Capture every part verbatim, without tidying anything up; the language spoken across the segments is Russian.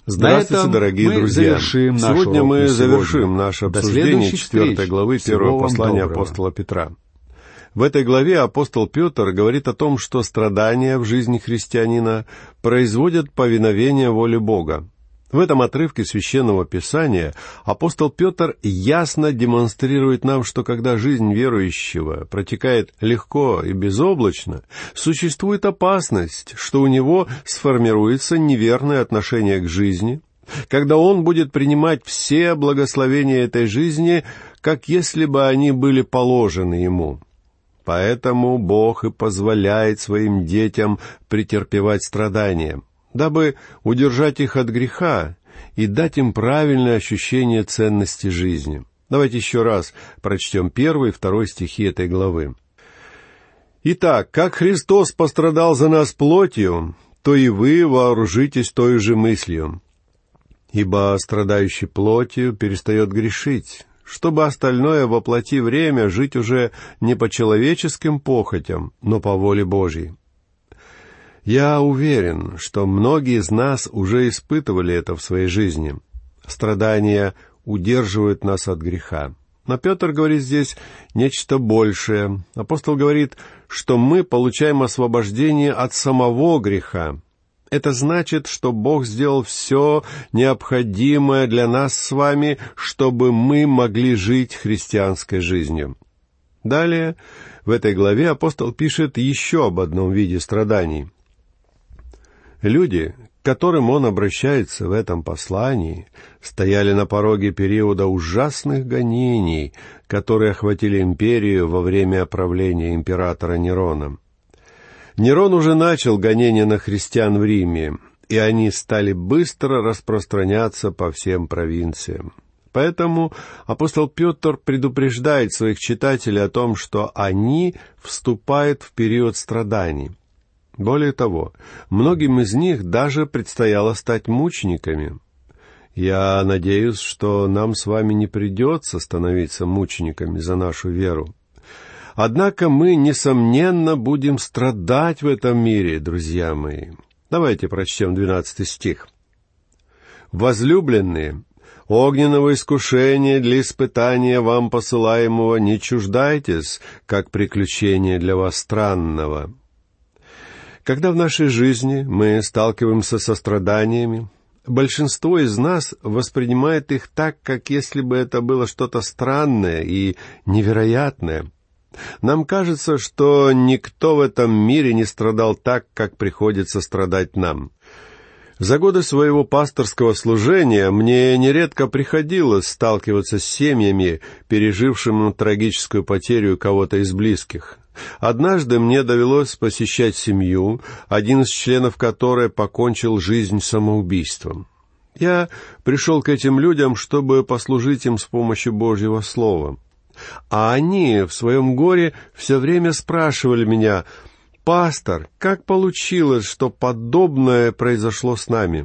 Здравствуйте, дорогие друзья! Сегодня мы завершим наше обсуждение четвертой главы первого послания апостола Петра. В этой главе апостол Петр говорит о том, что страдания в жизни христианина производят повиновение воле Бога. В этом отрывке Священного Писания апостол Петр ясно демонстрирует нам, что когда жизнь верующего протекает легко и безоблачно, существует опасность, что у него сформируется неверное отношение к жизни, когда он будет принимать все благословения этой жизни, как если бы они были положены ему. Поэтому Бог и позволяет своим детям претерпевать страдания, дабы удержать их от греха и дать им правильное ощущение ценности жизни. Давайте еще раз прочтем первый и второй стихи этой главы. «Итак, как Христос пострадал за нас плотью, то и вы вооружитесь той же мыслью. Ибо страдающий плотью перестает грешить, чтобы остальное во плоти время жить уже не по человеческим похотям, но по воле Божьей». Я уверен, что многие из нас уже испытывали это в своей жизни. Страдания удерживают нас от греха. Но Петр говорит здесь нечто большее. Апостол говорит, что мы получаем освобождение от самого греха. Это значит, что Бог сделал все необходимое для нас с вами, чтобы мы могли жить христианской жизнью. Далее, в этой главе апостол пишет еще об одном виде страданий. Люди, к которым он обращается в этом послании, стояли на пороге периода ужасных гонений, которые охватили империю во время правления императора Нерона. Нерон уже начал гонения на христиан в Риме, и они стали быстро распространяться по всем провинциям. Поэтому апостол Петр предупреждает своих читателей о том, что они вступают в период страданий. Более того, многим из них даже предстояло стать мучениками. Я надеюсь, что нам с вами не придется становиться мучениками за нашу веру. Однако мы, несомненно, будем страдать в этом мире, друзья мои. Давайте прочтем двенадцатый стих. «Возлюбленные, огненного искушения для испытания вам посылаемого не чуждайтесь, как приключения для вас странного». Когда в нашей жизни мы сталкиваемся со страданиями, большинство из нас воспринимает их так, как если бы это было что-то странное и невероятное. Нам кажется, что никто в этом мире не страдал так, как приходится страдать нам. За годы своего пасторского служения мне нередко приходилось сталкиваться с семьями, пережившими трагическую потерю кого-то из близких. Однажды мне довелось посещать семью, один из членов которой покончил жизнь самоубийством. Я пришел к этим людям, чтобы послужить им с помощью Божьего Слова. А они в своем горе все время спрашивали меня: «Пастор, как получилось, что подобное произошло с нами?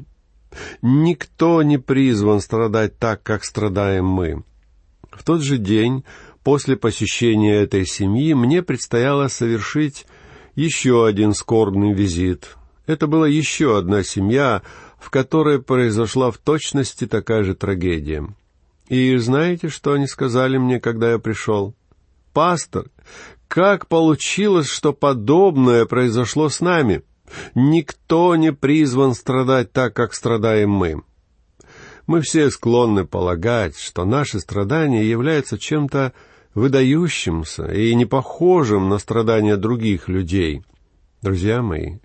Никто не призван страдать так, как страдаем мы». В тот же день, после посещения этой семьи, мне предстояло совершить еще один скорбный визит. Это была еще одна семья, в которой произошла в точности такая же трагедия. И знаете, что они сказали мне, когда я пришел? «Пастор, как получилось, что подобное произошло с нами? Никто не призван страдать так, как страдаем мы». Мы все склонны полагать, что наши страдания являются чем-то выдающимся и не похожим на страдания других людей. Друзья мои,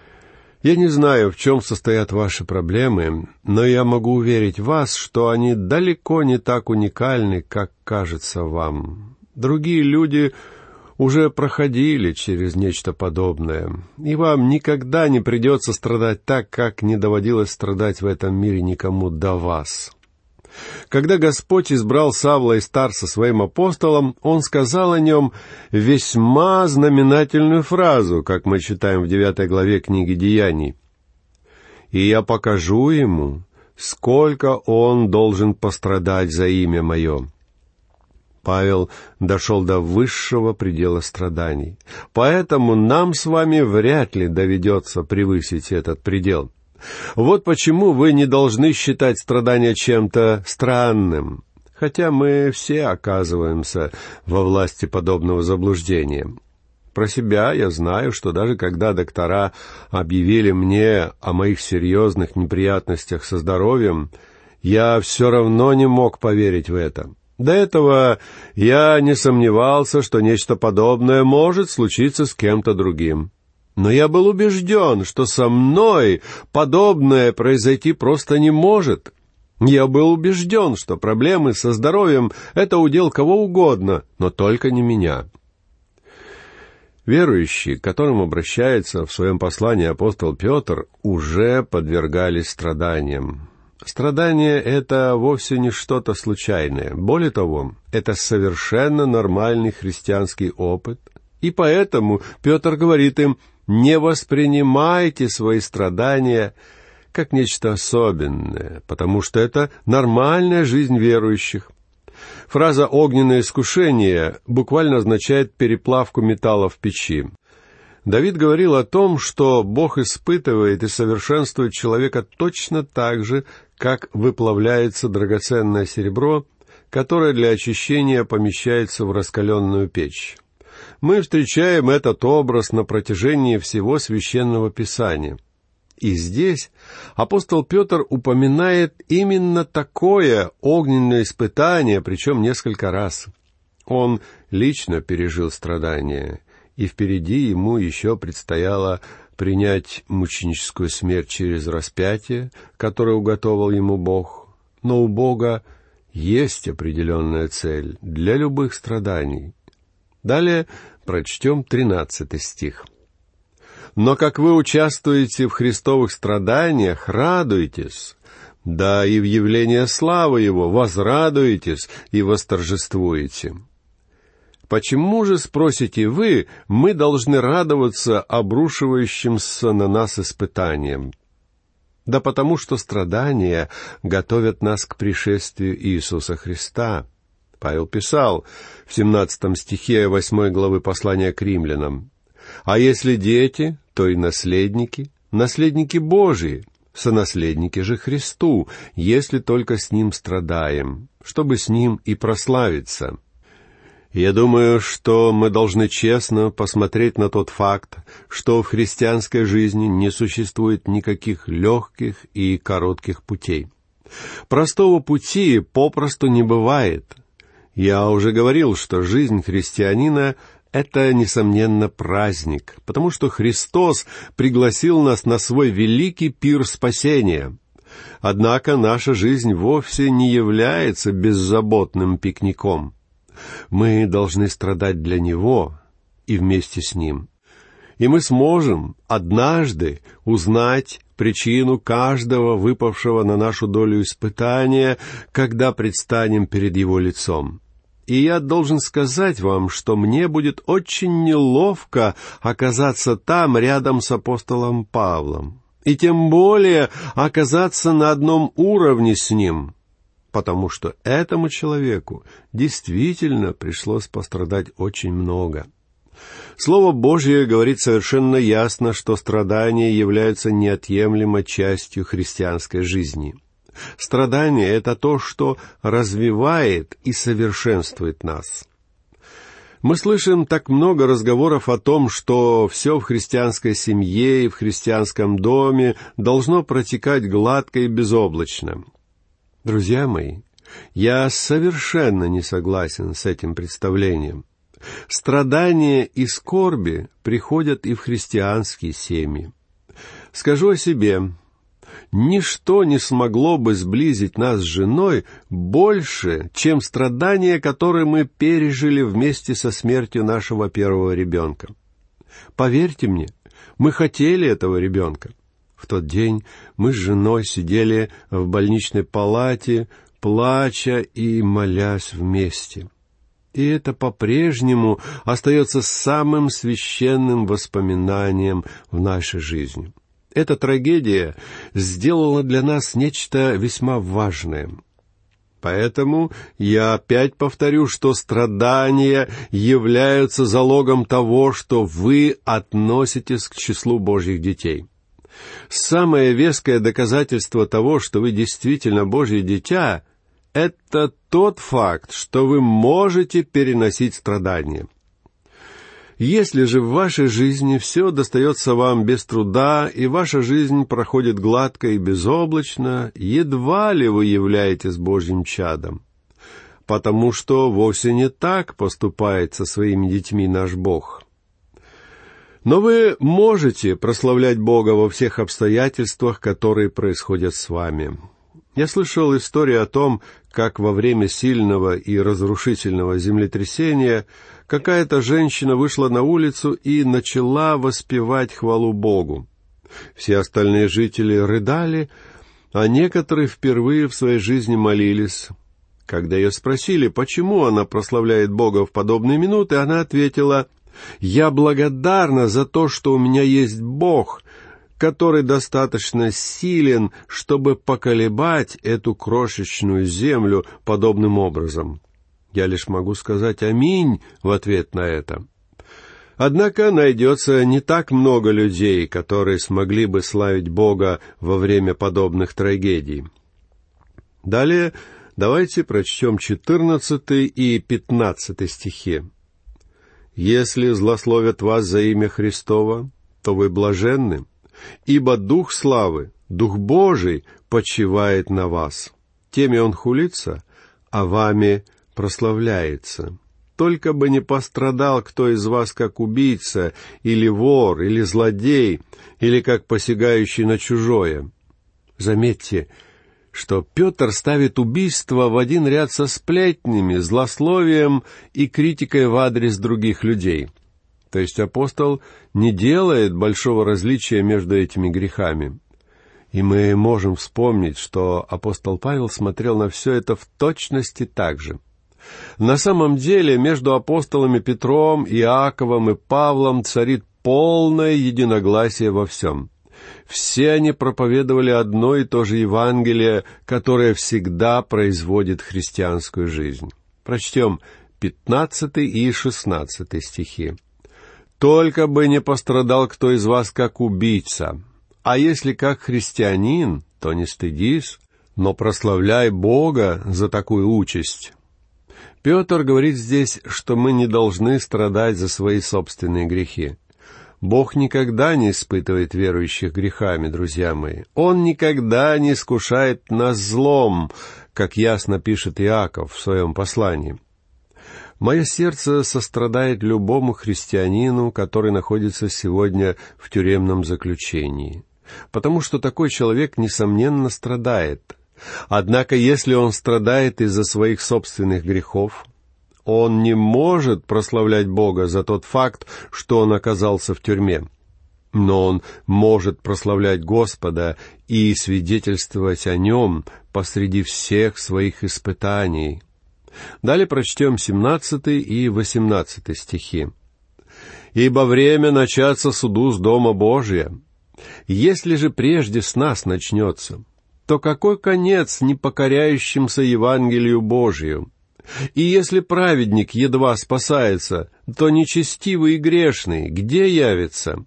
я не знаю, в чем состоят ваши проблемы, но я могу уверить вас, что они далеко не так уникальны, как кажется вам. Другие люди уже проходили через нечто подобное, и вам никогда не придется страдать так, как не доводилось страдать в этом мире никому до вас. Когда Господь избрал Савла из Тарса своим апостолом, Он сказал о нем весьма знаменательную фразу, как мы читаем в девятой главе книги Деяний. «И я покажу ему, сколько он должен пострадать за имя мое». Павел дошел до высшего предела страданий. Поэтому нам с вами вряд ли доведется превысить этот предел. Вот почему вы не должны считать страдания чем-то странным, хотя мы все оказываемся во власти подобного заблуждения. Про себя я знаю, что даже когда доктора объявили мне о моих серьезных неприятностях со здоровьем, я все равно не мог поверить в это. До этого я не сомневался, что нечто подобное может случиться с кем-то другим. Но я был убежден, что со мной подобное произойти просто не может. Я был убежден, что проблемы со здоровьем — это удел кого угодно, но только не меня. Верующие, к которым обращается в своем послании апостол Петр, уже подвергались страданиям. Страдание — это вовсе не что-то случайное. Более того, это совершенно нормальный христианский опыт. И поэтому Петр говорит им: не воспринимайте свои страдания как нечто особенное, потому что это нормальная жизнь верующих. Фраза «огненное искушение» буквально означает переплавку металла в печи. Давид говорил о том, что Бог испытывает и совершенствует человека точно так же, как выплавляется драгоценное серебро, которое для очищения помещается в раскаленную печь. Мы встречаем этот образ на протяжении всего Священного Писания. И здесь апостол Петр упоминает именно такое огненное испытание, причем несколько раз. Он лично пережил страдания, и впереди ему еще предстояло принять мученическую смерть через распятие, которое уготовил ему Бог. Но у Бога есть определенная цель для любых страданий. Далее прочтем тринадцатый стих. «Но как вы участвуете в Христовых страданиях, радуйтесь, да и в явлении славы Его возрадуетесь и восторжествуете». Почему же, спросите вы, мы должны радоваться обрушивающимся на нас испытаниям? Да потому что страдания готовят нас к пришествию Иисуса Христа. Павел писал в семнадцатом стихе восьмой главы послания к римлянам: «А если дети, то и наследники, наследники Божии, сонаследники же Христу, если только с Ним страдаем, чтобы с Ним и прославиться». Я думаю, что мы должны честно посмотреть на тот факт, что в христианской жизни не существует никаких легких и коротких путей. Простого пути попросту не бывает. Я уже говорил, что жизнь христианина — это, несомненно, праздник, потому что Христос пригласил нас на свой великий пир спасения. Однако наша жизнь вовсе не является беззаботным пикником. Мы должны страдать для Него и вместе с Ним. И мы сможем однажды узнать причину каждого выпавшего на нашу долю испытания, когда предстанем перед Его лицом. И я должен сказать вам, что мне будет очень неловко оказаться там, рядом с апостолом Павлом, и тем более оказаться на одном уровне с ним, потому что этому человеку действительно пришлось пострадать очень много. Слово Божье говорит совершенно ясно, что страдания являются неотъемлемой частью христианской жизни. Страдание — это то, что развивает и совершенствует нас. Мы слышим так много разговоров о том, что все в христианской семье и в христианском доме должно протекать гладко и безоблачно. Друзья мои, я совершенно не согласен с этим представлением. Страдания и скорби приходят и в христианские семьи. Скажу о себе, ничто не смогло бы сблизить нас с женой больше, чем страдания, которые мы пережили вместе со смертью нашего первого ребенка. Поверьте мне, мы хотели этого ребенка. В тот день мы с женой сидели в больничной палате, плача и молясь вместе. И это по-прежнему остается самым священным воспоминанием в нашей жизни. Эта трагедия сделала для нас нечто весьма важное. Поэтому я опять повторю, что страдания являются залогом того, что вы относитесь к числу Божьих детей. Самое веское доказательство того, что вы действительно Божье дитя, это тот факт, что вы можете переносить страдания. Если же в вашей жизни все достается вам без труда, и ваша жизнь проходит гладко и безоблачно, едва ли вы являетесь Божьим чадом, потому что вовсе не так поступает со своими детьми наш Бог. Но вы можете прославлять Бога во всех обстоятельствах, которые происходят с вами. Я слышал историю о том, как во время сильного и разрушительного землетрясения какая-то женщина вышла на улицу и начала воспевать хвалу Богу. Все остальные жители рыдали, а некоторые впервые в своей жизни молились. Когда ее спросили, почему она прославляет Бога в подобные минуты, она ответила: «Я благодарна за то, что у меня есть Бог, который достаточно силен, чтобы поколебать эту крошечную землю подобным образом». Я лишь могу сказать «Аминь» в ответ на это. Однако найдется не так много людей, которые смогли бы славить Бога во время подобных трагедий. Далее давайте прочтем четырнадцатый и пятнадцатый стихи. «Если злословят вас за имя Христово, то вы блаженны, ибо Дух славы, Дух Божий почивает на вас. Теми Он хулится, а вами прославляется. Только бы не пострадал кто из вас как убийца, или вор, или злодей, или как посягающий на чужое». Заметьте, что Петр ставит убийство в один ряд со сплетнями, злословием и критикой в адрес других людей. То есть апостол не делает большого различия между этими грехами. И мы можем вспомнить, что апостол Павел смотрел на все это в точности так же. На самом деле между апостолами Петром, Иаковом и Павлом царит полное единогласие во всем. Все они проповедовали одно и то же Евангелие, которое всегда производит христианскую жизнь. Прочтем пятнадцатый и шестнадцатый стихи. «Только бы не пострадал кто из вас как убийца, а если как христианин, то не стыдись, но прославляй Бога за такую участь». Петр говорит здесь, что мы не должны страдать за свои собственные грехи. Бог никогда не испытывает верующих грехами, друзья мои. Он никогда не искушает нас злом, как ясно пишет Иаков в своем послании. Мое сердце сострадает любому христианину, который находится сегодня в тюремном заключении, потому что такой человек, несомненно, страдает. Однако, если он страдает из-за своих собственных грехов, он не может прославлять Бога за тот факт, что он оказался в тюрьме. Но он может прославлять Господа и свидетельствовать о Нем посреди всех своих испытаний. Далее прочтем семнадцатый и восемнадцатый стихи. «Ибо время начаться суду с дома Божия. Если же прежде с нас начнется, то какой конец непокоряющимся Евангелию Божию? И если праведник едва спасается, то нечестивый и грешный где явится?»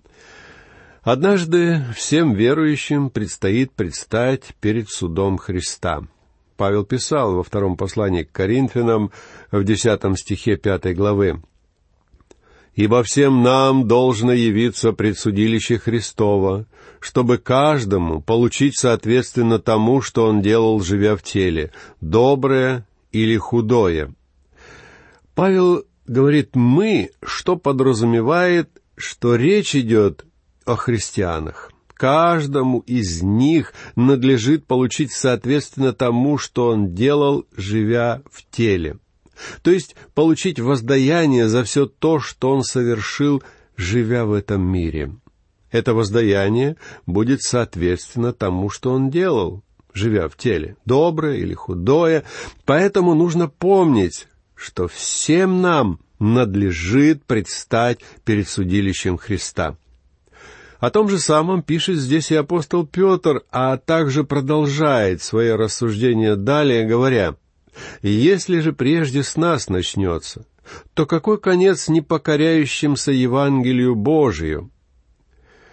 Однажды всем верующим предстоит предстать перед судом Христа. Павел писал во втором послании к Коринфянам в десятом стихе пятой главы: «Ибо всем нам должно явиться пред судилище Христово, чтобы каждому получить соответственно тому, что он делал, живя в теле, доброе или худое». Павел говорит «мы», что подразумевает, что речь идет о христианах. Каждому из них надлежит получить соответственно тому, что он делал, живя в теле. То есть получить воздаяние за все то, что он совершил, живя в этом мире. Это воздаяние будет соответственно тому, что он делал, живя в теле, доброе или худое. Поэтому нужно помнить, что всем нам надлежит предстать перед судилищем Христа. О том же самом пишет здесь и апостол Петр, а также продолжает свое рассуждение далее, говоря: «Если же прежде с нас начнется, то какой конец непокоряющимся Евангелию Божию?»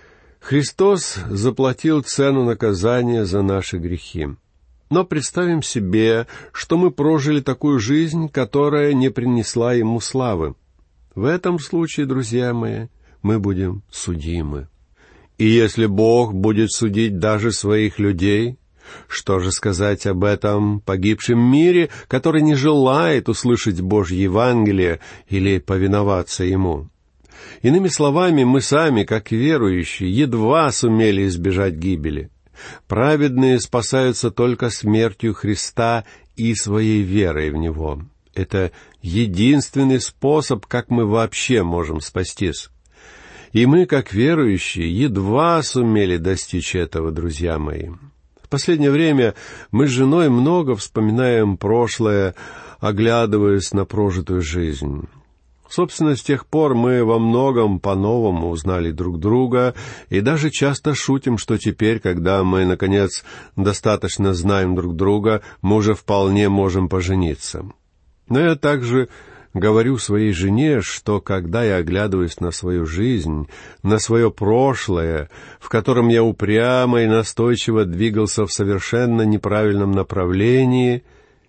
Христос заплатил цену наказания за наши грехи. Но представим себе, что мы прожили такую жизнь, которая не принесла Ему славы. В этом случае, друзья мои, мы будем судимы. И если Бог будет судить даже своих людей, что же сказать об этом погибшем мире, который не желает услышать Божье Евангелие или повиноваться Ему? Иными словами, мы сами, как верующие, едва сумели избежать гибели. Праведные спасаются только смертью Христа и своей верой в Него. Это единственный способ, как мы вообще можем спастись. И мы, как верующие, едва сумели достичь этого, друзья мои. В последнее время мы с женой много вспоминаем прошлое, оглядываясь на прожитую жизнь. Собственно, с тех пор мы во многом по-новому узнали друг друга и даже часто шутим, что теперь, когда мы, наконец, достаточно знаем друг друга, мы уже вполне можем пожениться. Но я также говорю своей жене, что когда я оглядываюсь на свою жизнь, на свое прошлое, в котором я упрямо и настойчиво двигался в совершенно неправильном направлении,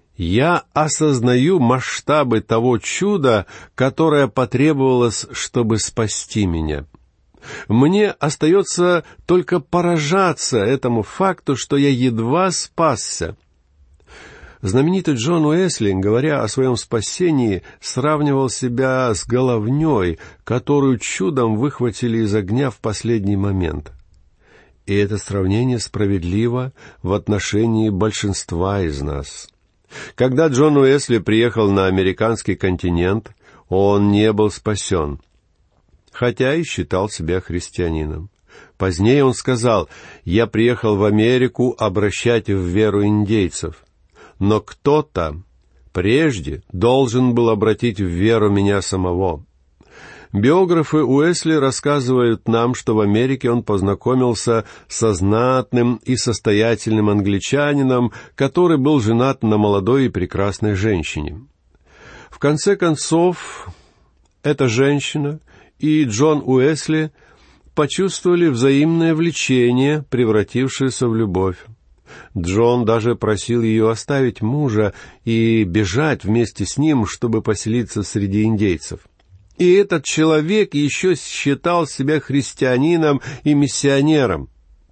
я осознаю масштабы того чуда, которое потребовалось, чтобы спасти меня. Мне остается только поражаться этому факту, что я едва спасся. Знаменитый Джон Уэсли, говоря о своем спасении, сравнивал себя с головней, которую чудом выхватили из огня в последний момент. И это сравнение справедливо в отношении большинства из нас. Когда Джон Уэсли приехал на американский континент, он не был спасен, хотя и считал себя христианином. Позднее он сказал: «Я приехал в Америку обращать в веру индейцев, но кто-то прежде должен был обратить в веру меня самого». Биографы Уэсли рассказывают нам, что в Америке он познакомился со знатным и состоятельным англичанином, который был женат на молодой и прекрасной женщине. В конце концов, эта женщина и Джон Уэсли почувствовали взаимное влечение, превратившееся в любовь. Джон даже просил ее оставить мужа и бежать вместе с ним, чтобы поселиться среди индейцев. И этот человек еще считал себя христианином и миссионером.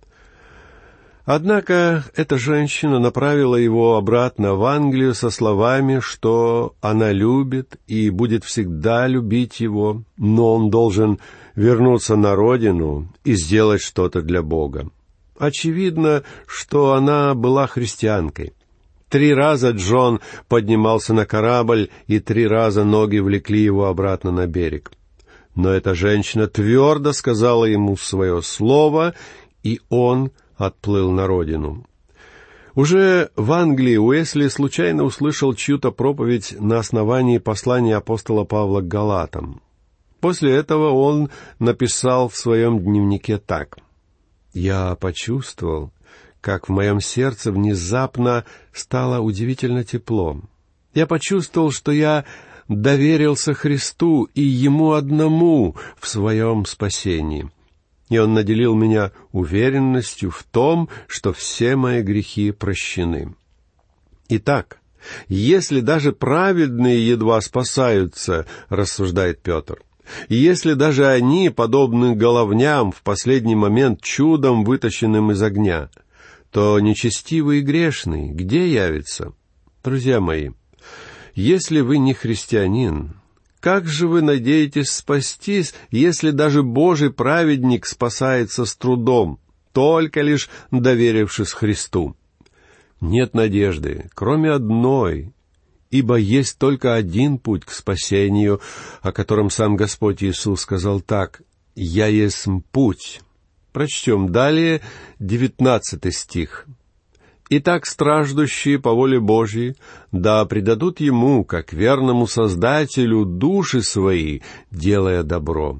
Однако эта женщина направила его обратно в Англию со словами, что она любит и будет всегда любить его, но он должен вернуться на родину и сделать что-то для Бога. Очевидно, что она была христианкой. Три раза Джон поднимался на корабль, и три раза ноги влекли его обратно на берег. Но эта женщина твердо сказала ему свое слово, и он отплыл на родину. Уже в Англии Уэсли случайно услышал чью-то проповедь на основании послания апостола Павла к Галатам. После этого он написал в своем дневнике так: «Я почувствовал, как в моем сердце внезапно стало удивительно тепло. Я почувствовал, что я доверился Христу и Ему одному в своем спасении. И Он наделил меня уверенностью в том, что все мои грехи прощены. Итак, если даже праведные едва спасаются, рассуждает Петр, если даже они, подобны головням, в последний момент чудом вытащенным из огня, то нечестивый и грешный где явится? Друзья мои, если вы не христианин, как же вы надеетесь спастись, если даже Божий праведник спасается с трудом, только лишь доверившись Христу? Нет надежды, кроме одной, ибо есть только один путь к спасению, о котором сам Господь Иисус сказал так: «Я есть путь». Прочтем далее девятнадцатый стих. «Итак, страждущие по воле Божьей, да предадут Ему, как верному Создателю, души свои, делая добро».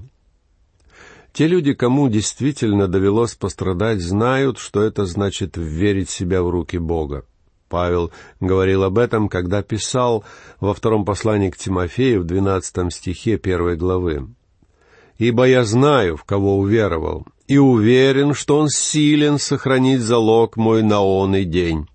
Те люди, кому действительно довелось пострадать, знают, что это значит верить себя в руки Бога. Павел говорил об этом, когда писал во втором послании к Тимофею в двенадцатом стихе первой главы: ибо я знаю, в кого уверовал, и уверен, что он силен сохранить залог мой на оный день».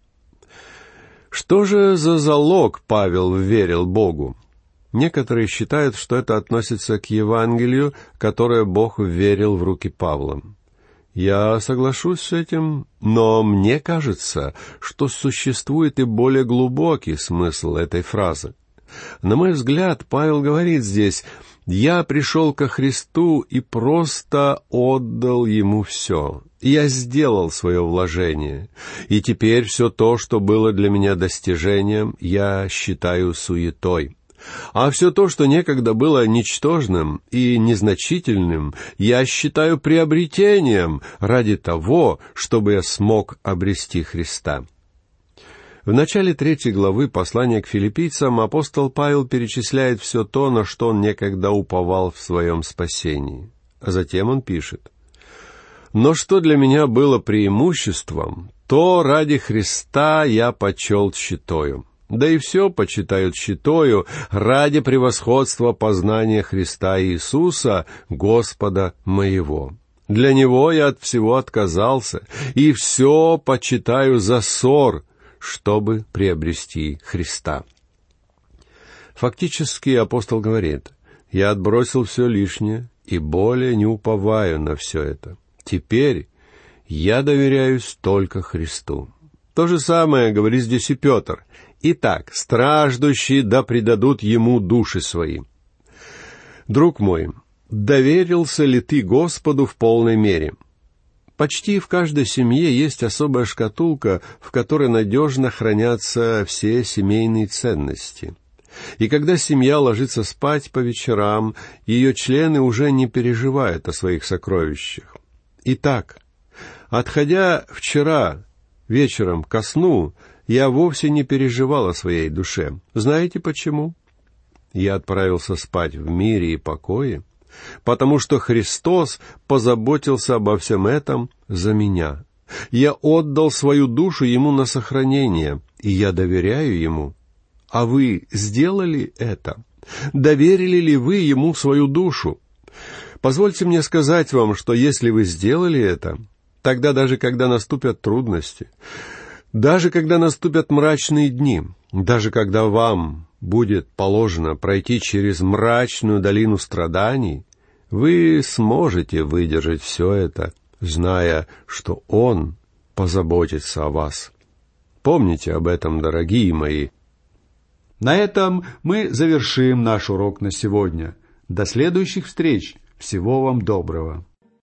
Что же за залог Павел верил Богу? Некоторые считают, что это относится к Евангелию, которое Бог вверил в руки Павла. Я соглашусь с этим, но мне кажется, что существует и более глубокий смысл этой фразы. На мой взгляд, Павел говорит здесь: «Я пришел ко Христу и просто отдал Ему все. Я сделал свое вложение, и теперь все то, что было для меня достижением, я считаю суетой. А все то, что некогда было ничтожным и незначительным, я считаю приобретением ради того, чтобы я смог обрести Христа». В начале третьей главы послания к филиппийцам апостол Павел перечисляет все то, на что он некогда уповал в своем спасении. А затем он пишет: «Но что для меня было преимуществом, то ради Христа я почел тщетою. Да и все почитают тщетою ради превосходства познания Христа Иисуса, Господа моего. Для Него я от всего отказался, и все почитаю за ссор, чтобы приобрести Христа». Фактически апостол говорит: «Я отбросил все лишнее и более не уповаю на все это. Теперь я доверяюсь только Христу». То же самое говорит здесь и Петр: «Итак, страждущие да предадут Ему души свои». Друг мой, доверился ли ты Господу в полной мере? Почти в каждой семье есть особая шкатулка, в которой надежно хранятся все семейные ценности. И когда семья ложится спать по вечерам, ее члены уже не переживают о своих сокровищах. Итак, отходя вчера вечером ко сну, я вовсе не переживал о своей душе. Знаете почему? Я отправился спать в мире и покое, потому что Христос позаботился обо всем этом за меня. Я отдал свою душу Ему на сохранение, и я доверяю Ему. А вы сделали это? Доверили ли вы Ему свою душу? Позвольте мне сказать вам, что если вы сделали это, тогда даже когда наступят трудности, даже когда наступят мрачные дни, даже когда вам будет положено пройти через мрачную долину страданий, вы сможете выдержать все это, зная, что Он позаботится о вас. Помните об этом, дорогие мои. На этом мы завершим наш урок на сегодня. До следующих встреч. Всего вам доброго.